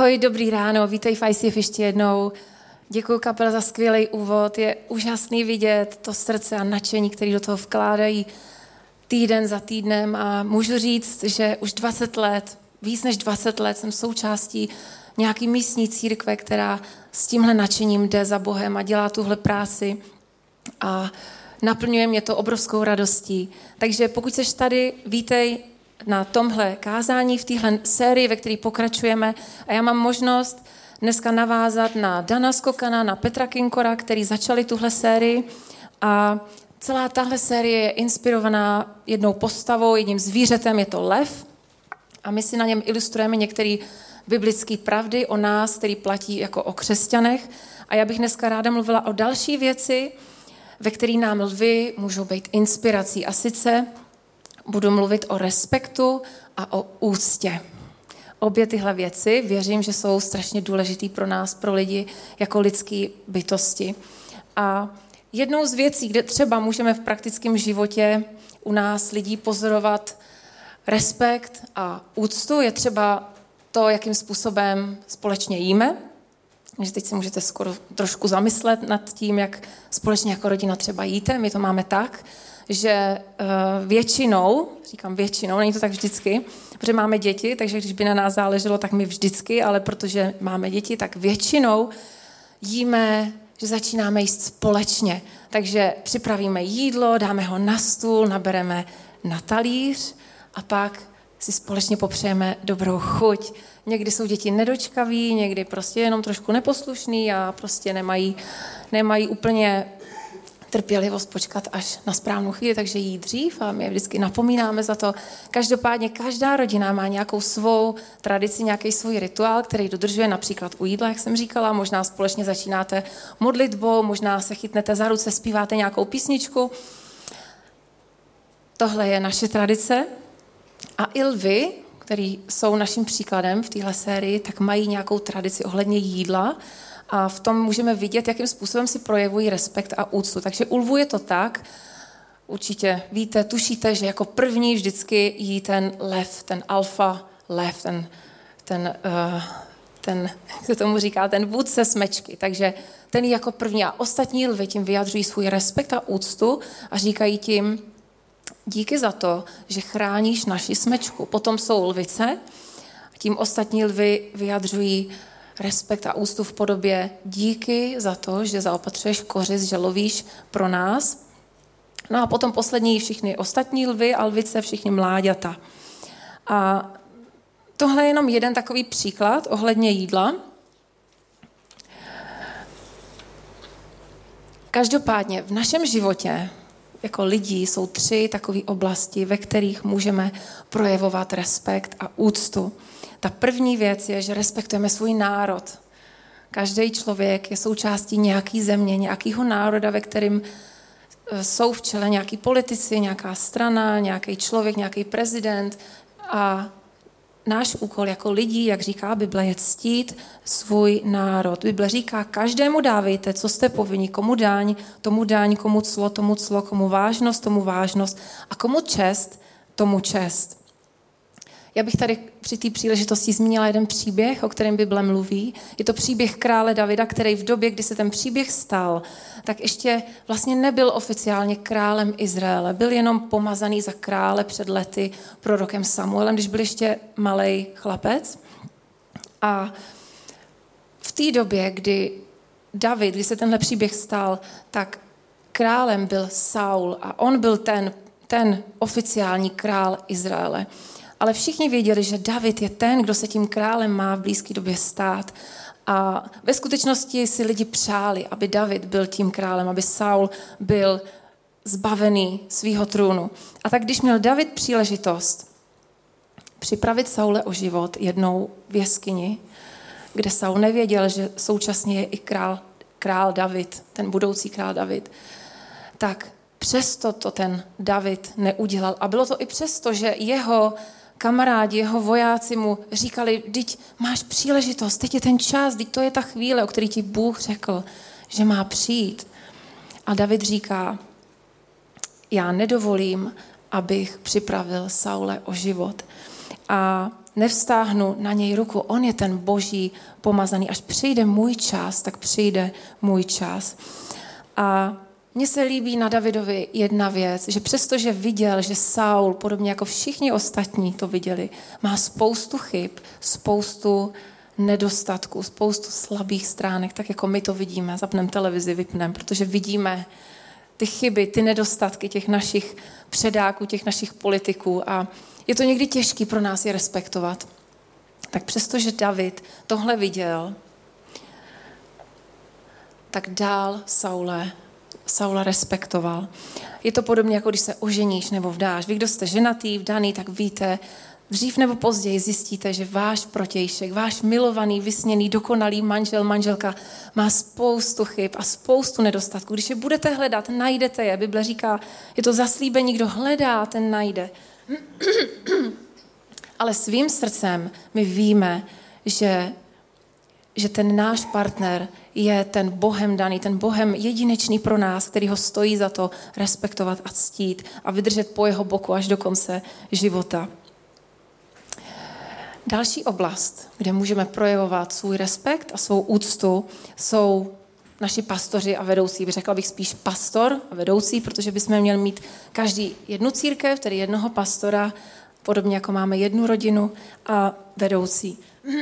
Ahoj, dobrý ráno, vítej v ICF ještě jednou. Děkuji kapele za skvělý úvod, je úžasný vidět to srdce a nadšení, které do toho vkládají týden za týdnem a můžu říct, že už 20 let, víc než 20 let jsem součástí nějaký místní církve, která s tímhle nadšením jde za Bohem a dělá tuhle práci a naplňuje mě to obrovskou radostí. Takže pokud jsi tady, vítej na tomhle kázání, v téhle sérii, ve které pokračujeme. A já mám možnost dneska navázat na Dana Skokana, na Petra Kinkora, který začali tuhle sérii. A celá tahle série je inspirovaná jednou postavou, jedním zvířetem, je to lev. A my si na něm ilustrujeme některé biblické pravdy o nás, který platí jako o křesťanech. A já bych dneska ráda mluvila o další věci, ve které nám lvy můžou být inspirací. A sice budu mluvit o respektu a o úctě. Obě tyhle věci věřím, že jsou strašně důležitý pro nás, pro lidi jako lidské bytosti. A jednou z věcí, kde třeba můžeme v praktickém životě u nás lidí pozorovat respekt a úctu, je třeba to, jakým způsobem společně jíme. Takže teď si můžete skoro trošku zamyslet nad tím, jak společně jako rodina třeba jíte. My to máme tak, že většinou, říkám většinou, není to tak vždycky, protože máme děti, takže když by na nás záleželo, tak my vždycky, ale protože máme děti, tak většinou jíme, že začínáme jíst společně. Takže připravíme jídlo, dáme ho na stůl, nabereme na talíř a pak si společně popřejeme dobrou chuť. Někdy jsou děti nedočkaví, někdy prostě jenom trošku neposlušný a prostě nemají úplně trpělivost počkat až na správnou chvíli, takže jí dřív a my je vždycky napomínáme za to. Každopádně každá rodina má nějakou svou tradici, nějaký svůj rituál, který dodržuje například u jídla, jak jsem říkala. Možná společně začínáte modlitbou, možná se chytnete za ruce, zpíváte nějakou písničku. Tohle je naše tradice. A i lvy, který jsou naším příkladem v téhle sérii, tak mají nějakou tradici ohledně jídla a v tom můžeme vidět, jakým způsobem si projevují respekt a úctu. Takže u lvů je to tak, určitě víte, tušíte, že jako první vždycky jí ten lev, ten alfa lev, jak se tomu říká, ten vůdce smečky. Takže ten jí jako první a ostatní lvy tím vyjadřují svůj respekt a úctu a říkají tím, díky za to, že chráníš naši smečku. Potom jsou lvice, tím ostatní lvy vyjadřují respekt a úctu v podobě díky za to, že zaopatřuješ kořist, že lovíš pro nás. No a potom poslední všichni ostatní lvy a lvice, všichni mláďata. A tohle je jenom jeden takový příklad ohledně jídla. Každopádně v našem životě jako lidí jsou 3 takové oblasti, ve kterých můžeme projevovat respekt a úctu. Ta první věc je, že respektujeme svůj národ. Každý člověk je součástí nějaké země, nějakého národa, ve kterém jsou v čele nějaký politici, nějaká strana, nějaký člověk, nějaký prezident. A náš úkol jako lidí, jak říká Bible, je ctít svůj národ. Bible říká, každému dávejte, co jste povinni, komu daň, komu clo, komu vážnost a komu čest, tomu čest. Já bych tady při té příležitosti zmínila jeden příběh, o kterém Bible mluví. Je to příběh krále Davida, který v době, kdy se ten příběh stal, tak ještě vlastně nebyl oficiálně králem Izraele. Byl jenom pomazaný za krále před lety prorokem Samuelem, když byl ještě malej chlapec. A v té době, kdy David, když se tenhle příběh stal, tak králem byl Saul a on byl ten oficiální král Izraele. Ale všichni věděli, že David je ten, kdo se tím králem má v blízké době stát. A ve skutečnosti si lidi přáli, aby David byl tím králem, aby Saul byl zbavený svýho trůnu. A tak když měl David příležitost připravit Saule o život jednou v jeskyni, kde Saul nevěděl, že současně je i král David, ten budoucí král David, tak přesto to ten David neudělal. A bylo to i přesto, že jeho kamarádi, jeho vojáci mu říkali, vždyť máš příležitost, teď je ten čas, vždyť to je ta chvíle, o který ti Bůh řekl, že má přijít. A David říká, já nedovolím, abych připravil Saule o život. A nevstáhnu na něj ruku. On je ten boží pomazaný. Až přijde můj čas, tak přijde můj čas. A mně se líbí na Davidovi jedna věc, že přestože viděl, že Saul, podobně jako všichni ostatní to viděli, má spoustu chyb, spoustu nedostatků, spoustu slabých stránek, tak jako my to vidíme, zapneme televizi, vypneme, protože vidíme ty chyby, ty nedostatky těch našich předáků, těch našich politiků a je to někdy těžký pro nás je respektovat. Tak přestože David tohle viděl, tak dál Saula respektoval. Je to podobně, jako když se oženíš nebo vdáš. Vy, kdo jste ženatý, vdaný, tak víte, dřív nebo později zjistíte, že váš protějšek, váš milovaný, vysněný, dokonalý manžel, manželka má spoustu chyb a spoustu nedostatků. Když je budete hledat, najdete je. Bible říká, je to zaslíbení, kdo hledá, ten najde. Ale svým srdcem my víme, že ten náš partner je ten Bohem daný, ten Bohem jedinečný pro nás, který ho stojí za to respektovat a ctít a vydržet po jeho boku až do konce života. Další oblast, kde můžeme projevovat svůj respekt a svou úctu, jsou naši pastoři a vedoucí. Řekla bych spíš pastor a vedoucí, protože bychom měli mít každý jednu církev, tedy jednoho pastora, podobně jako máme jednu rodinu a vedoucí.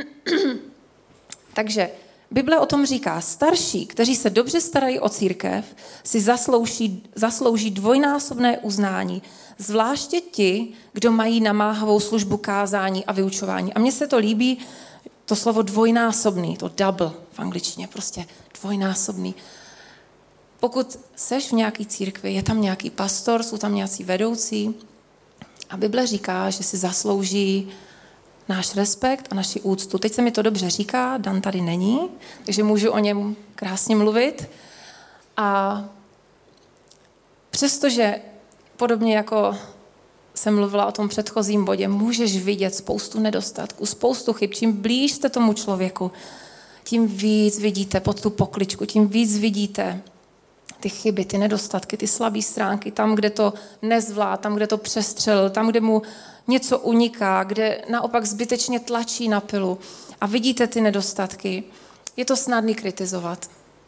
Takže Bible o tom říká, starší, kteří se dobře starají o církev, si zaslouží dvojnásobné uznání, zvláště ti, kdo mají namáhavou službu kázání a vyučování. A mně se to líbí, to slovo dvojnásobný, to double v angličtině, prostě dvojnásobný. Pokud seš v nějaký církvi, je tam nějaký pastor, jsou tam nějací vedoucí a Bible říká, že si zaslouží náš respekt a naši úctu. Teď se mi to dobře říká, Dan tady není, takže můžu o něm krásně mluvit. A přestože podobně jako jsem mluvila o tom předchozím bodě, můžeš vidět spoustu nedostatků, spoustu chyb. Čím blíž jste tomu člověku, tím víc vidíte pod tu pokličku, tím víc vidíte ty chyby, ty nedostatky, ty slabé stránky, tam, kde to nezvlád, tam, kde to přestřelil, tam, kde mu něco uniká, kde naopak zbytečně tlačí na pilu a vidíte ty nedostatky, je to snadný kritizovat.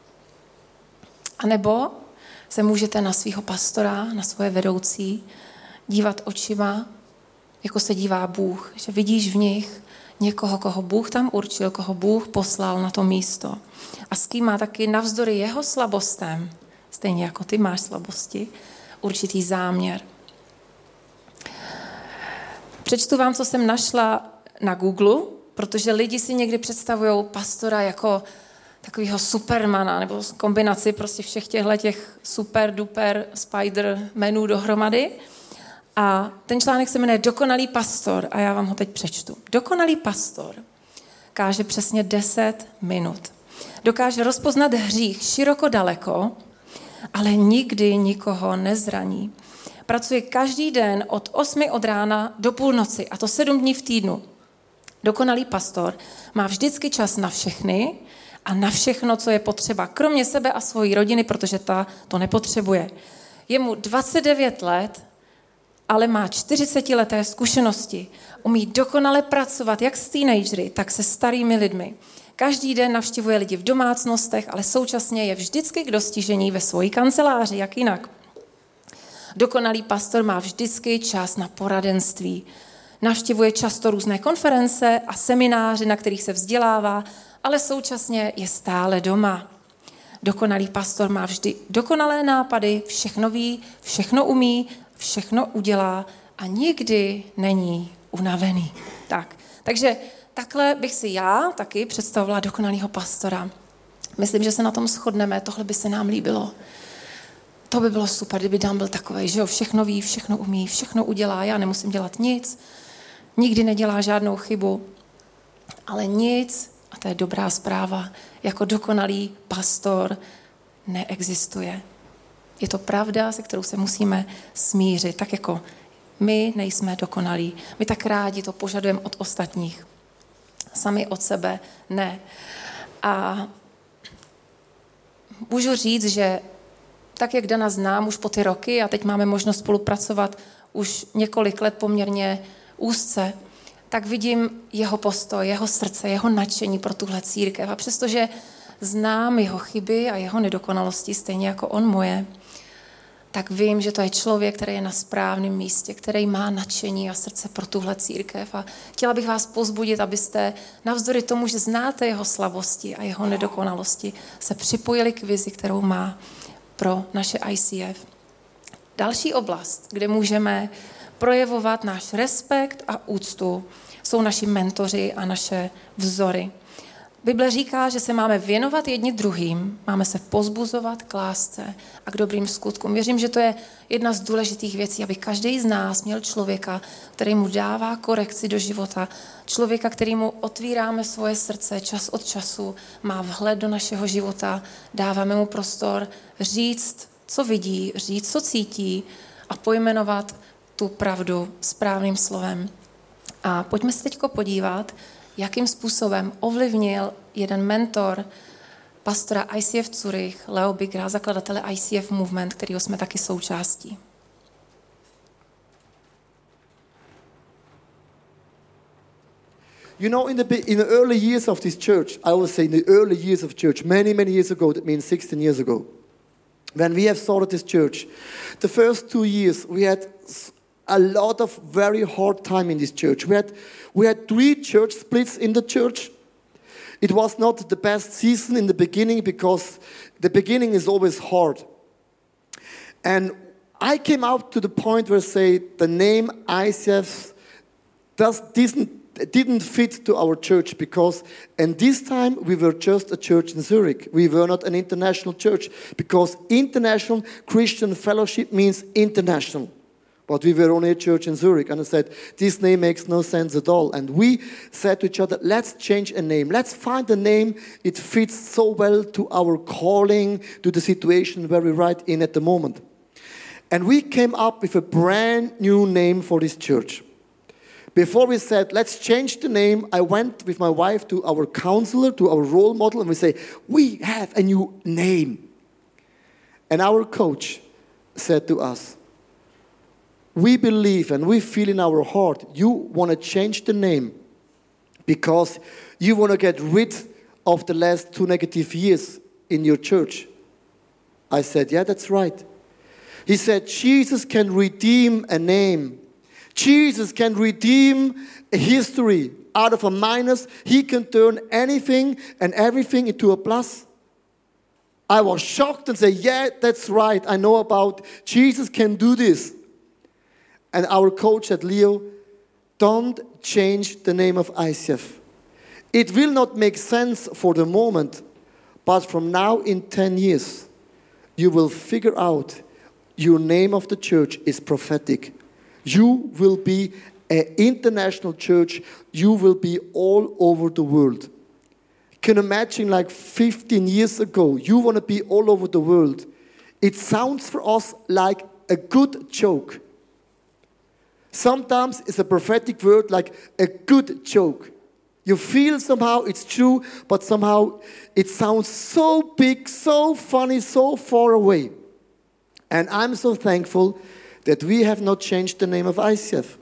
A nebo se můžete na svého pastora, na svoje vedoucí dívat očima, jako se dívá Bůh, že vidíš v nich někoho, koho Bůh tam určil, koho Bůh poslal na to místo. A s kým má taky navzdory jeho slabostem, stejně jako ty máš slabosti, určitý záměr. Přečtu vám, co jsem našla na Google, protože lidi si někdy představují pastora jako takového supermana, nebo kombinaci prostě všech těch super duper spider menů dohromady. A ten článek se jmenuje Dokonalý pastor a já vám ho teď přečtu. Dokonalý pastor káže přesně 10 minut. Dokáže rozpoznat hřích široko daleko, ale nikdy nikoho nezraní. Pracuje každý den od 8 od rána do půlnoci, a to 7 dní v týdnu. Dokonalý pastor má vždycky čas na všechny a na všechno, co je potřeba, kromě sebe a svojí rodiny, protože ta to nepotřebuje. Je mu 29 let, ale má 40leté zkušenosti. Umí dokonale pracovat jak s teenagery, tak se starými lidmi. Každý den navštěvuje lidi v domácnostech, ale současně je vždycky k dostižení ve svojí kanceláři, jak jinak. Dokonalý pastor má vždycky čas na poradenství. Navštěvuje často různé konference a semináře, na kterých se vzdělává, ale současně je stále doma. Dokonalý pastor má vždy dokonalé nápady, všechno ví, všechno umí, všechno udělá a nikdy není unavený. Takže takhle bych si já taky představovala dokonalýho pastora. Myslím, že se na tom shodneme, tohle by se nám líbilo. To by bylo super, kdyby Dan byl takovej, že jo, všechno ví, všechno umí, všechno udělá, já nemusím dělat nic, nikdy nedělá žádnou chybu, ale nic, a to je dobrá zpráva, jako dokonalý pastor neexistuje. Je to pravda, se kterou se musíme smířit, tak jako my nejsme dokonalí. My tak rádi to požadujeme od ostatních. Sami od sebe ne. A můžu říct, že tak, jak Dana znám už po ty roky a teď máme možnost spolupracovat už několik let poměrně úzce, tak vidím jeho postoj, jeho srdce, jeho nadšení pro tuhle církev. A přestože znám jeho chyby a jeho nedokonalosti, stejně jako on moje, tak vím, že to je člověk, který je na správném místě, který má nadšení a srdce pro tuhle církev. A chtěla bych vás povzbudit, abyste navzdory tomu, že znáte jeho slabosti a jeho nedokonalosti, se připojili k vizi, kterou má pro naše ICF. Další oblast, kde můžeme projevovat náš respekt a úctu, jsou naši mentoři a naše vzory. Bible říká, že se máme věnovat jedni druhým, máme se pozbuzovat k lásce a k dobrým skutkům. Věřím, že to je jedna z důležitých věcí, aby každý z nás měl člověka, který mu dává korekci do života, člověka, kterýmu otvíráme svoje srdce čas od času, má vhled do našeho života, dáváme mu prostor říct, co vidí, říct, co cítí a pojmenovat tu pravdu správným slovem. A pojďme se teď podívat, jakým způsobem ovlivnil jeden mentor pastora ICF Zurich, Leo Bigra, zakladatele ICF Movement, kterého jsme taky součástí. You know, in the early years of this church, I always say in the early years of church, many years ago, that means 16 years ago, when we have started this church, the first 2 years we had a lot of very hard time in this church. We had 3 church splits in the church. It was not the best season in the beginning because the beginning is always hard. And I came out to the point where I say the name ICF didn't fit to our church because and this time we were just a church in Zurich. We were not an international church because international Christian fellowship means international. But we were only a church in Zurich. And I said, this name makes no sense at all. And we said to each other, let's change a name. Let's find a name. It fits so well to our calling, to the situation where we're right in at the moment. And we came up with a brand new name for this church. Before we said, let's change the name, I went with my wife to our counselor, to our role model, and we say, we have a new name. And our coach said to us, we believe and we feel in our heart you want to change the name because you want to get rid of the last 2 negative years in your church. I said, yeah, that's right. He said, Jesus can redeem a name. Jesus can redeem a history. Out of a minus, he can turn anything and everything into a plus. I was shocked and said, yeah, that's right. I know about Jesus can do this. And our coach said, Leo, don't change the name of ICF. It will not make sense for the moment, but from now in 10 years, you will figure out your name of the church is prophetic. You will be an international church. You will be all over the world. Can you imagine like 15 years ago, you want to be all over the world. It sounds for us like a good joke. Sometimes it's a prophetic word like a good joke. You feel somehow it's true, but somehow it sounds so big, so funny, so far away. And I'm so thankful that we have not changed the name of ICF.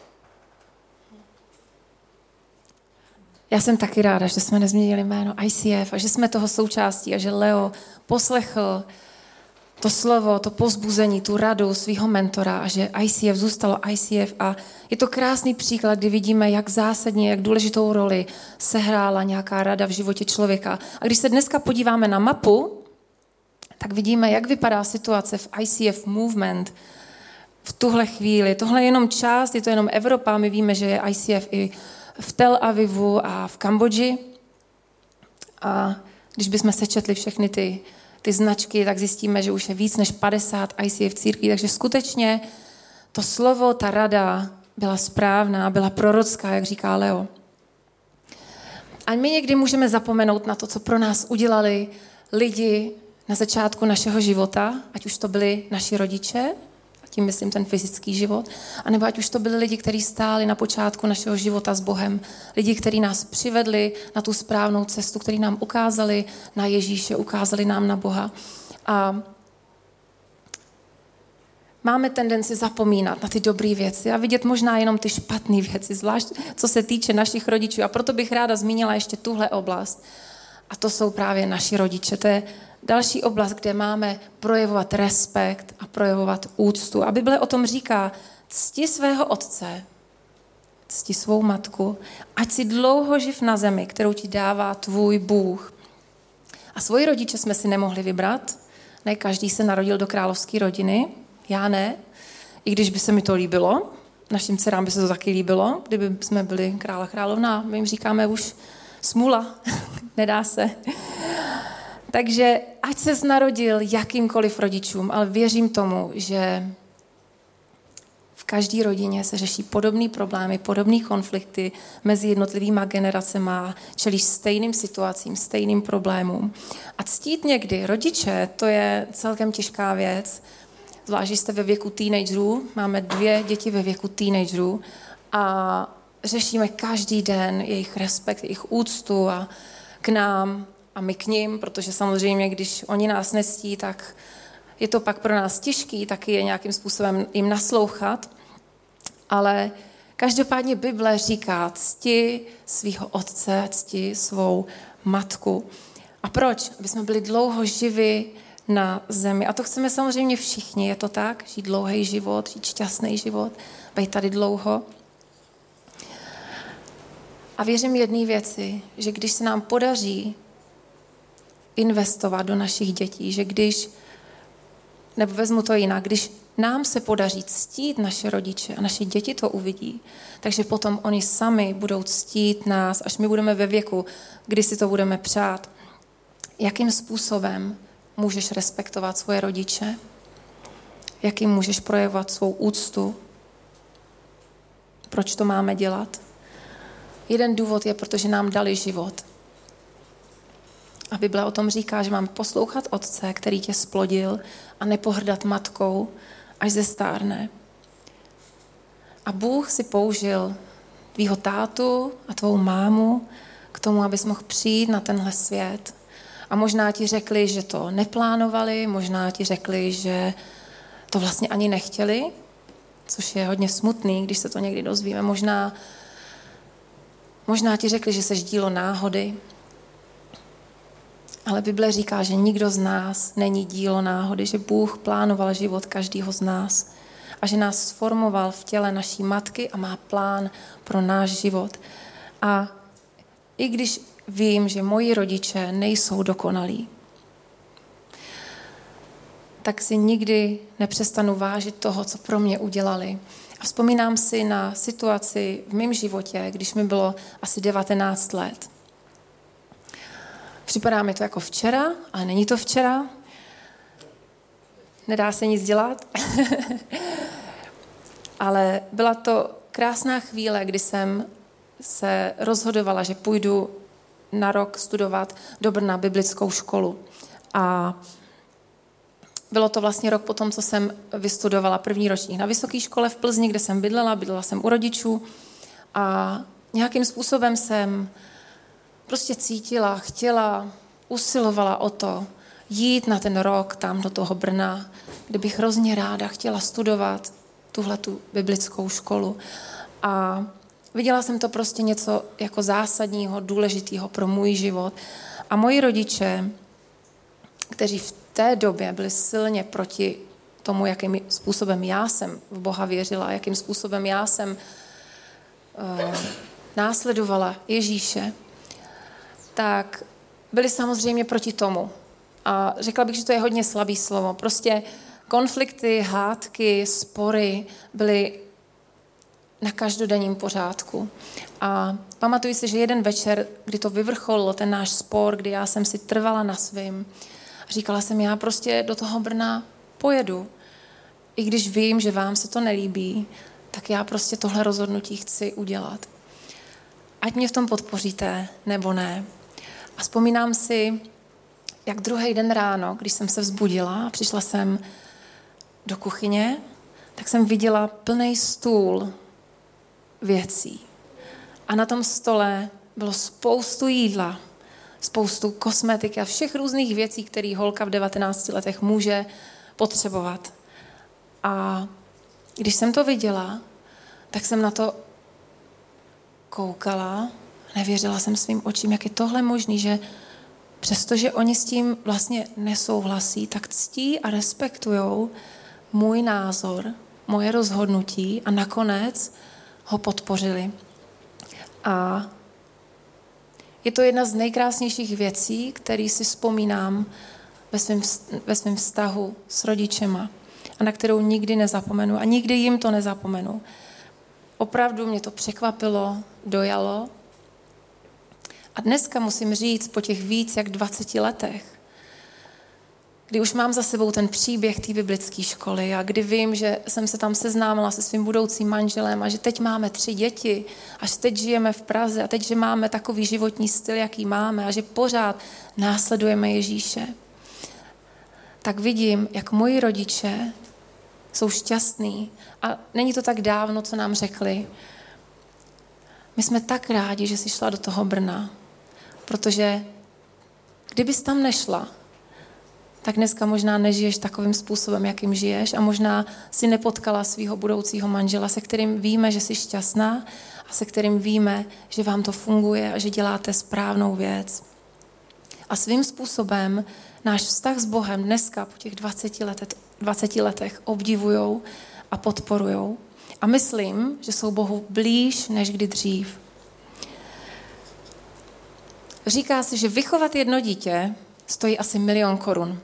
Já jsem taky ráda, že jsme nezměnili jméno ICF a že jsme toho součástí a že Leo poslechl to slovo, to povzbuzení, tu radu svého mentora a že ICF zůstalo ICF a je to krásný příklad, kdy vidíme, jak zásadně, jak důležitou roli sehrála nějaká rada v životě člověka. A když se dneska podíváme na mapu, tak vidíme, jak vypadá situace v ICF Movement v tuhle chvíli. Tohle je jenom část, je to jenom Evropa, my víme, že je ICF i v Tel Avivu a v Kambodži. A když bychom sečetli všechny ty značky, tak zjistíme, že už je víc než 50 ICF církví, takže skutečně to slovo, ta rada byla správná, byla prorocká, jak říká Leo. A my někdy můžeme zapomenout na to, co pro nás udělali lidi na začátku našeho života, ať už to byli naši rodiče, a tím myslím ten fyzický život, anebo ať už to byli lidi, kteří stáli na počátku našeho života s Bohem, lidi, kteří nás přivedli na tu správnou cestu, kteří nám ukázali na Ježíše, ukázali nám na Boha. A máme tendenci zapomínat na ty dobré věci a vidět možná jenom ty špatné věci, zvlášť co se týče našich rodičů. A proto bych ráda zmínila ještě tuhle oblast. A to jsou právě naši rodiče. To je další oblast, kde máme projevovat respekt a projevovat úctu. A Bible o tom říká, cti svého otce, cti svou matku, ať si dlouho živ na zemi, kterou ti dává tvůj Bůh. A svoji rodiče jsme si nemohli vybrat. Ne každý se narodil do královské rodiny. Já ne. I když by se mi to líbilo. Našim dcerám by se to taky líbilo, kdyby jsme byli král a královna. My jim říkáme už smůla. Nedá se. Takže ať ses narodil jakýmkoliv rodičům, ale věřím tomu, že v každé rodině se řeší podobné problémy, podobné konflikty mezi jednotlivýma generacema, čelíš stejným situacím, stejným problémům. A ctít někdy rodiče, to je celkem těžká věc, zvlášť, že jste ve věku teenagerů, máme 2 děti ve věku teenagerů a řešíme každý den jejich respekt, jejich úctu a k nám a my k nim, protože samozřejmě, když oni nás nectí, tak je to pak pro nás těžký, taky je nějakým způsobem jim naslouchat, ale každopádně Bible říká cti svého otce, cti svou matku. A proč? Aby jsme byli dlouho živi na zemi. A to chceme samozřejmě všichni, je to tak? Žít dlouhý život, žít šťastný život, být tady dlouho. A věřím jedné věci, že když se nám podaří investovat do našich dětí, že když, nebo vezmu to jinak, když nám se podaří ctít naše rodiče a naše děti to uvidí, takže potom oni sami budou ctít nás, až my budeme ve věku, kdy si to budeme přát. Jakým způsobem můžeš respektovat svoje rodiče? Jakým můžeš projevovat svou úctu? Proč to máme dělat? Jeden důvod je, protože nám dali život. A Bible o tom říká, že máme poslouchat otce, který tě splodil, a nepohrdat matkou, až zestárne. A Bůh si použil tvýho tátu a tvou mámu k tomu, abys mohl přijít na tenhle svět. A možná ti řekli, že to neplánovali, možná ti řekli, že to vlastně ani nechtěli, což je hodně smutný, když se to někdy dozvíme. Možná ti řekli, že seš dílo náhody, ale Bible říká, že nikdo z nás není dílo náhody, že Bůh plánoval život každého z nás a že nás sformoval v těle naší matky a má plán pro náš život. A i když vím, že moji rodiče nejsou dokonalí, tak si nikdy nepřestanu vážit toho, co pro mě udělali. A vzpomínám si na situaci v mém životě, když mi bylo asi 19 let. Připadá mi to jako včera, ale není to včera. Nedá se nic dělat. Ale byla to krásná chvíle, kdy jsem se rozhodovala, že půjdu na rok studovat do Brna biblickou školu. A bylo to vlastně rok potom, co jsem vystudovala první ročník na vysoké škole v Plzni, kde jsem bydlela jsem u rodičů a nějakým způsobem jsem prostě cítila, chtěla, usilovala o to, jít na ten rok tam do toho Brna, kde bych hrozně ráda chtěla studovat tuhletu biblickou školu. A viděla jsem to prostě něco jako zásadního, důležitého pro můj život. A moji rodiče, kteří v té době byli silně proti tomu, jakým způsobem já jsem v Boha věřila, jakým způsobem já jsem následovala Ježíše, tak byli samozřejmě proti tomu. A řekla bych, že to je hodně slabý slovo. Prostě konflikty, hádky, spory byly na každodenním pořádku. A pamatuji si, že jeden večer, kdy to vyvrcholilo, ten náš spor, kdy já jsem si trvala na svým, říkala jsem, já prostě do toho Brna pojedu. I když vím, že vám se to nelíbí, tak já prostě tohle rozhodnutí chci udělat. Ať mě v tom podpoříte, nebo ne. A vzpomínám si, jak druhý den ráno, když jsem se vzbudila a přišla jsem do kuchyně, tak jsem viděla plný stůl věcí. A na tom stole bylo spoustu jídla, spoustu kosmetiky a všech různých věcí, které holka v 19 letech může potřebovat. A když jsem to viděla, tak jsem na to koukala, nevěřila jsem svým očím, jak je tohle možný, že přestože oni s tím vlastně nesouhlasí, tak ctí a respektujou můj názor, moje rozhodnutí a nakonec ho podpořili. A je to jedna z nejkrásnějších věcí, které si vzpomínám ve svém vztahu s rodičema a na kterou nikdy nezapomenu a nikdy jim to nezapomenu. Opravdu mě to překvapilo, dojalo. A dneska musím říct, po těch víc jak 20 letech, kdy už mám za sebou ten příběh té biblické školy a kdy vím, že jsem se tam seznámila se svým budoucím manželem a že teď máme 3 děti a že teď žijeme v Praze a teď, že máme takový životní styl, jaký máme a že pořád následujeme Ježíše, tak vidím, jak moji rodiče jsou šťastní. A není to tak dávno, co nám řekli. My jsme tak rádi, že jsi šla do toho Brna, protože kdybys tam nešla, tak dneska možná nežiješ takovým způsobem, jakým žiješ a možná si nepotkala svého budoucího manžela, se kterým víme, že jsi šťastná a se kterým víme, že vám to funguje a že děláte správnou věc. A svým způsobem náš vztah s Bohem dneska po těch 20 letech obdivujou a podporujou. A myslím, že jsou Bohu blíž než kdy dřív. Říká se, že vychovat jedno dítě stojí asi 1 000 000 korun.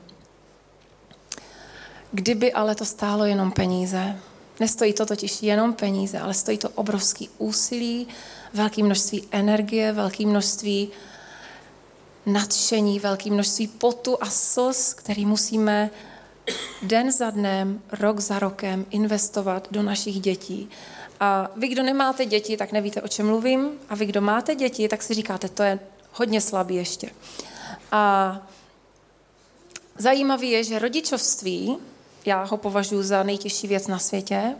Kdyby ale to stálo jenom peníze, nestojí to totiž jenom peníze, ale stojí to obrovský úsilí, velké množství energie, velké množství nadšení, velké množství potu a slz, který musíme den za dnem, rok za rokem investovat do našich dětí. A vy, kdo nemáte děti, tak nevíte, o čem mluvím. A vy, kdo máte děti, tak si říkáte, to je hodně slabý ještě. A zajímavé je, že rodičovství, já ho považuji za nejtěžší věc na světě,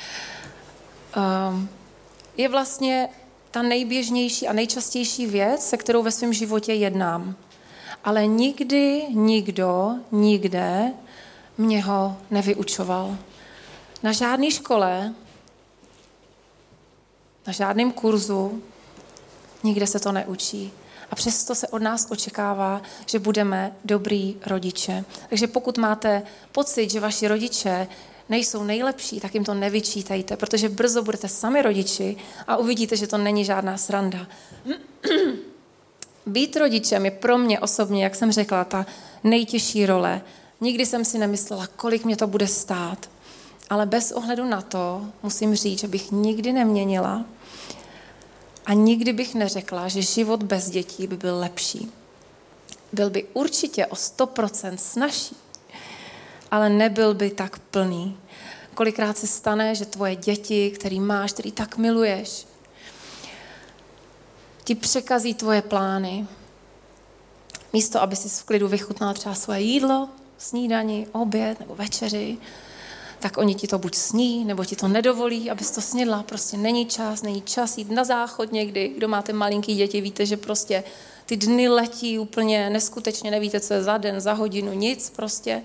je vlastně ta nejběžnější a nejčastější věc, se kterou ve svém životě jednám. Ale nikdy, nikdo, nikde mě ho nevyučoval. Na žádné škole, na žádném kurzu, nikde se to neučí. A přesto se od nás očekává, že budeme dobrý rodiče. Takže pokud máte pocit, že vaši rodiče nejsou nejlepší, tak jim to nevyčítejte, protože brzo budete sami rodiči a uvidíte, že to není žádná sranda. Být rodičem je pro mě osobně, jak jsem řekla, ta nejtěžší role. Nikdy jsem si nemyslela, kolik mě to bude stát. Ale bez ohledu na to musím říct, že bych nikdy neměnila a nikdy bych neřekla, že život bez dětí by byl lepší. Byl by určitě o 100% snazší, ale nebyl by tak plný. Kolikrát se stane, že tvoje děti, který máš, který tak miluješ, ti překazí tvoje plány. Místo, aby si v klidu vychutnala třeba svoje jídlo, snídani, oběd nebo večeři, tak oni ti to buď sní, nebo ti to nedovolí, abys to snědla. Prostě není čas jít na záchod někdy. Kdo máte malinký děti, víte, že prostě ty dny letí úplně neskutečně, nevíte, co je za den, za hodinu, nic prostě.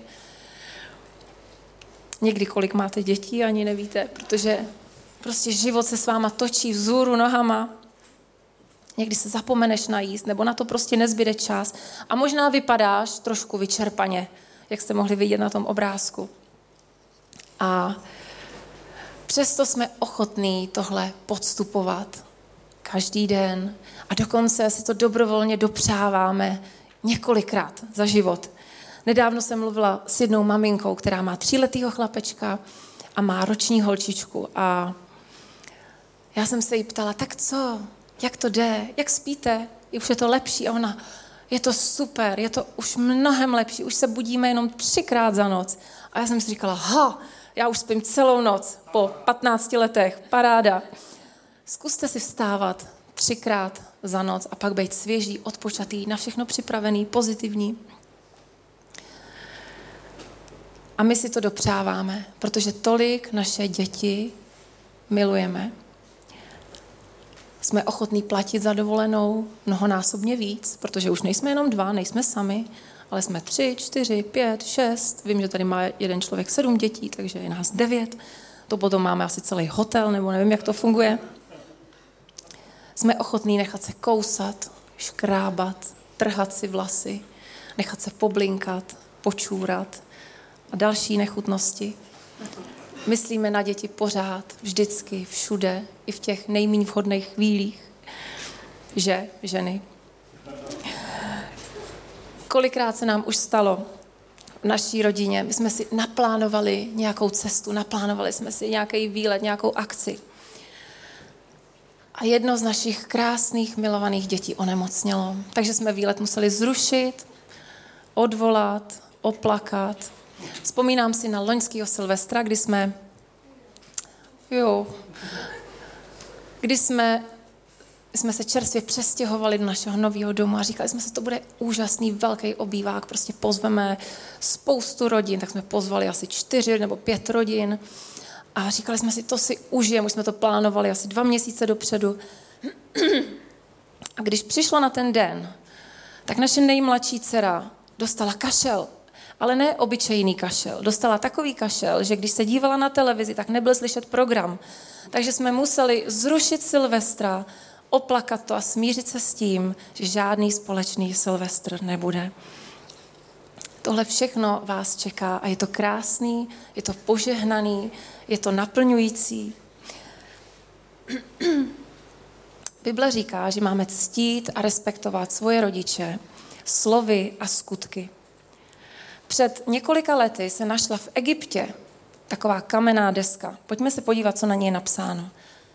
Někdy kolik máte dětí, ani nevíte, protože prostě život se s váma točí vzhůru nohama. Někdy se zapomeneš najíst, nebo na to prostě nezbyde čas. A možná vypadáš trošku vyčerpaně, jak jste mohli vidět na tom obrázku. A přesto jsme ochotní tohle podstupovat každý den a dokonce si to dobrovolně dopřáváme několikrát za život. Nedávno jsem mluvila s jednou maminkou, která má 3letýho chlapečka a má roční holčičku. A já jsem se jí ptala, tak co? Jak to jde? Jak spíte? Už je to lepší? A ona, je to super, je to už mnohem lepší, už se budíme jenom 3krát za noc. A já jsem si říkala, já už spím celou noc po 15 letech, paráda. Zkuste si vstávat 3krát za noc a pak být svěží, odpočatý, na všechno připravený, pozitivní. A my si to dopřáváme, protože tolik naše děti milujeme. Jsme ochotní platit za dovolenou mnohonásobně víc, protože už nejsme jenom 2, nejsme sami, ale jsme 3, 4, 5, 6. Vím, že tady má jeden člověk 7 dětí, takže je nás 9. To potom máme asi celý hotel, nebo nevím, jak to funguje. Jsme ochotní nechat se kousat, škrábat, trhat si vlasy, nechat se poblinkat, počůrat a další nechutnosti. Myslíme na děti pořád, vždycky, všude, i v těch nejméně vhodných chvílích. Že, ženy. Kolikrát se nám už stalo v naší rodině, my jsme si naplánovali nějakou cestu, naplánovali jsme si nějaký výlet, nějakou akci. A jedno z našich krásných, milovaných dětí onemocnělo. Takže jsme výlet museli zrušit, odvolat, oplakat. Vzpomínám si na loňského Silvestra, kdy jsme se čerstvě přestěhovali do našeho nového domu a říkali jsme si, to bude úžasný velký obývák, prostě pozveme spoustu rodin, tak jsme pozvali asi 4 nebo 5 rodin a říkali jsme si, to si užijeme, už jsme to plánovali asi 2 měsíce dopředu. A když přišlo na ten den, tak naše nejmladší dcera dostala kašel, ale ne obyčejný kašel. Dostala takový kašel, že když se dívala na televizi, tak nebyl slyšet program. Takže jsme museli zrušit Silvestra, oplakat to a smířit se s tím, že žádný společný Silvestr nebude. Tohle všechno vás čeká a je to krásný, je to požehnaný, je to naplňující. Bible říká, že máme ctít a respektovat svoje rodiče slovy a skutky. Před několika lety se našla v Egyptě taková kamenná deska. Pojďme se podívat, co na ní je napsáno.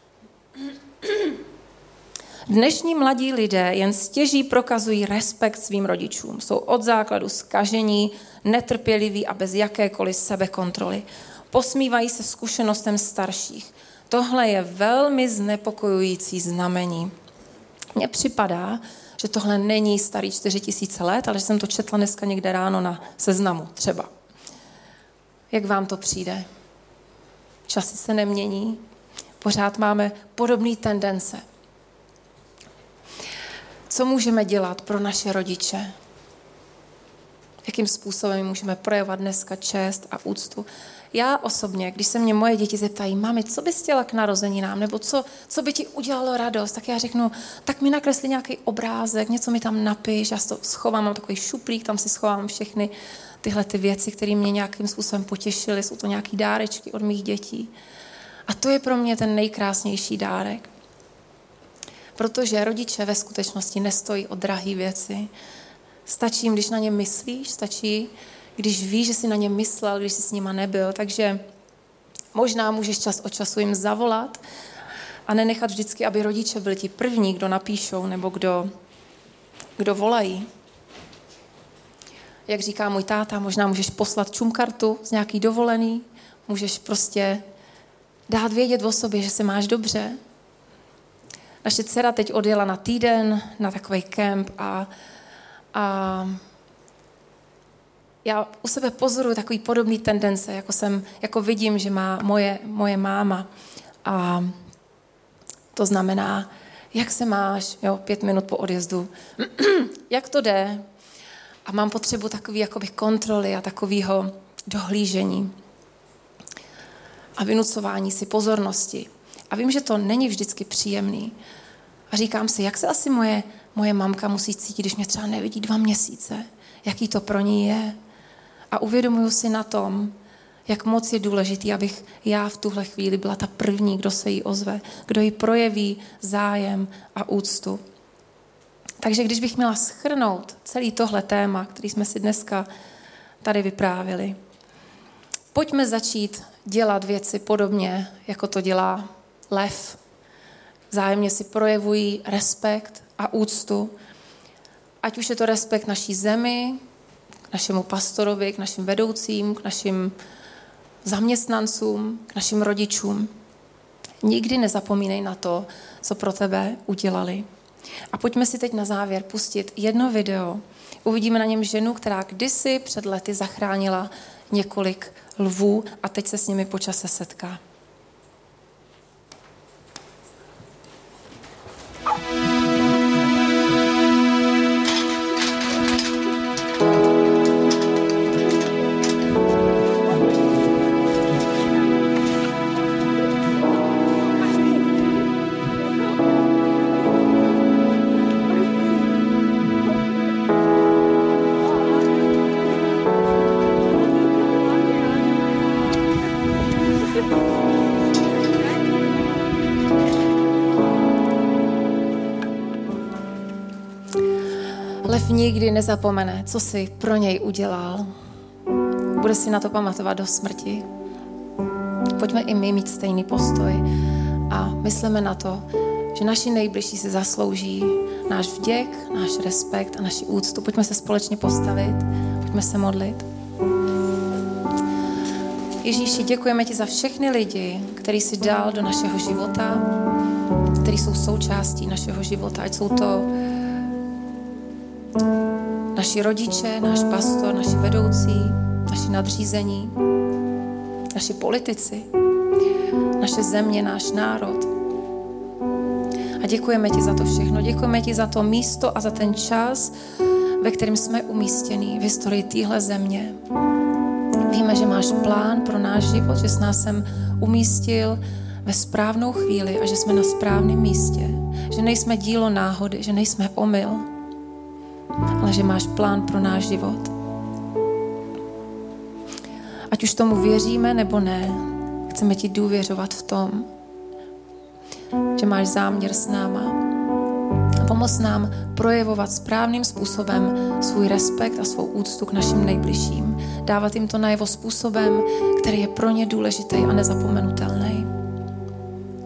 Dnešní mladí lidé jen stěží prokazují respekt svým rodičům. Jsou od základu zkažení, netrpěliví a bez jakékoliv sebekontroly. Posmívají se zkušenostem starších. Tohle je velmi znepokojující znamení. Mně připadá, že tohle není starý 4000 let, ale že jsem to četla dneska někde ráno na Seznamu třeba. Jak vám to přijde? Časy se nemění, pořád máme podobné tendence. Co můžeme dělat pro naše rodiče? Jakým způsobem můžeme projevovat dneska čest a úctu? Já osobně, když se mě moje děti zeptají, mami, co bys chtěla k narozeninám, nebo co by ti udělalo radost, tak já řeknu, tak mi nakresli nějaký obrázek, něco mi tam napiš, já to schovám, mám takový šuplík, tam si schovám všechny tyhle ty věci, které mě nějakým způsobem potěšily, jsou to nějaký dárečky od mých dětí. A to je pro mě ten nejkrásnější dárek. Protože rodiče ve skutečnosti nestojí o drahé věci. Stačí jim, když na ně myslíš, stačí, když víš, že jsi na ně myslel, když jsi s nima nebyl. Takže možná můžeš čas od času jim zavolat a nenechat vždycky, aby rodiče byli ti první, kdo napíšou nebo kdo volají. Jak říká můj táta, možná můžeš poslat čumkartu z nějaký dovolený, můžeš prostě dát vědět o sobě, že se máš dobře. Naše dcera teď odjela na týden na takový kemp a já u sebe pozoruju takový podobný tendence, jako vidím, že má moje máma. A to znamená, jak se máš, 5 minut po odjezdu, jak to jde. A mám potřebu takový jakoby kontroly a takového dohlížení a vynucování si pozornosti. A vím, že to není vždycky příjemný. A říkám si, jak se asi moje mamka musí cítit, když mě třeba nevidí 2 měsíce. Jaký to pro ní je. A uvědomuju si na tom, jak moc je důležitý, abych já v tuhle chvíli byla ta první, kdo se jí ozve, kdo jí projeví zájem a úctu. Takže když bych měla shrnout celý tohle téma, který jsme si dneska tady vyprávěli, pojďme začít dělat věci podobně, jako to dělá lev. Vzájemně si projevují respekt a úctu. Ať už je to respekt naší zemi, k našemu pastorovi, k našim vedoucím, k našim zaměstnancům, k našim rodičům. Nikdy nezapomínej na to, co pro tebe udělali. A pojďme si teď na závěr pustit jedno video. Uvidíme na něm ženu, která kdysi před lety zachránila několik lvů a teď se s nimi po čase setká. Lev nikdy nezapomene, co jsi pro něj udělal. Bude si na to pamatovat do smrti. Pojďme i my mít stejný postoj a myslíme na to, že naši nejbližší si zaslouží náš vděk, náš respekt a naši úctu. Pojďme se společně postavit, pojďme se modlit. Ježíši, děkujeme ti za všechny lidi, který jsi dal do našeho života, který jsou součástí našeho života, ať jsou to naši rodiče, náš pastor, naši vedoucí, naši nadřízení, naši politici, naše země, náš národ. A děkujeme ti za to všechno. Děkujeme ti za to místo a za ten čas, ve kterém jsme umístěni v historii téhle země. Víme, že máš plán pro náš život, že jsi nás sem umístil ve správnou chvíli a že jsme na správném místě. Že nejsme dílo náhody, že nejsme omyl, ale že máš plán pro náš život. Ať už tomu věříme nebo ne, chceme ti důvěřovat v tom, že máš záměr s náma. A pomoz nám projevovat správným způsobem svůj respekt a svou úctu k našim nejbližším. Dávat jim to najevo způsobem, který je pro ně důležitý a nezapomenutelný.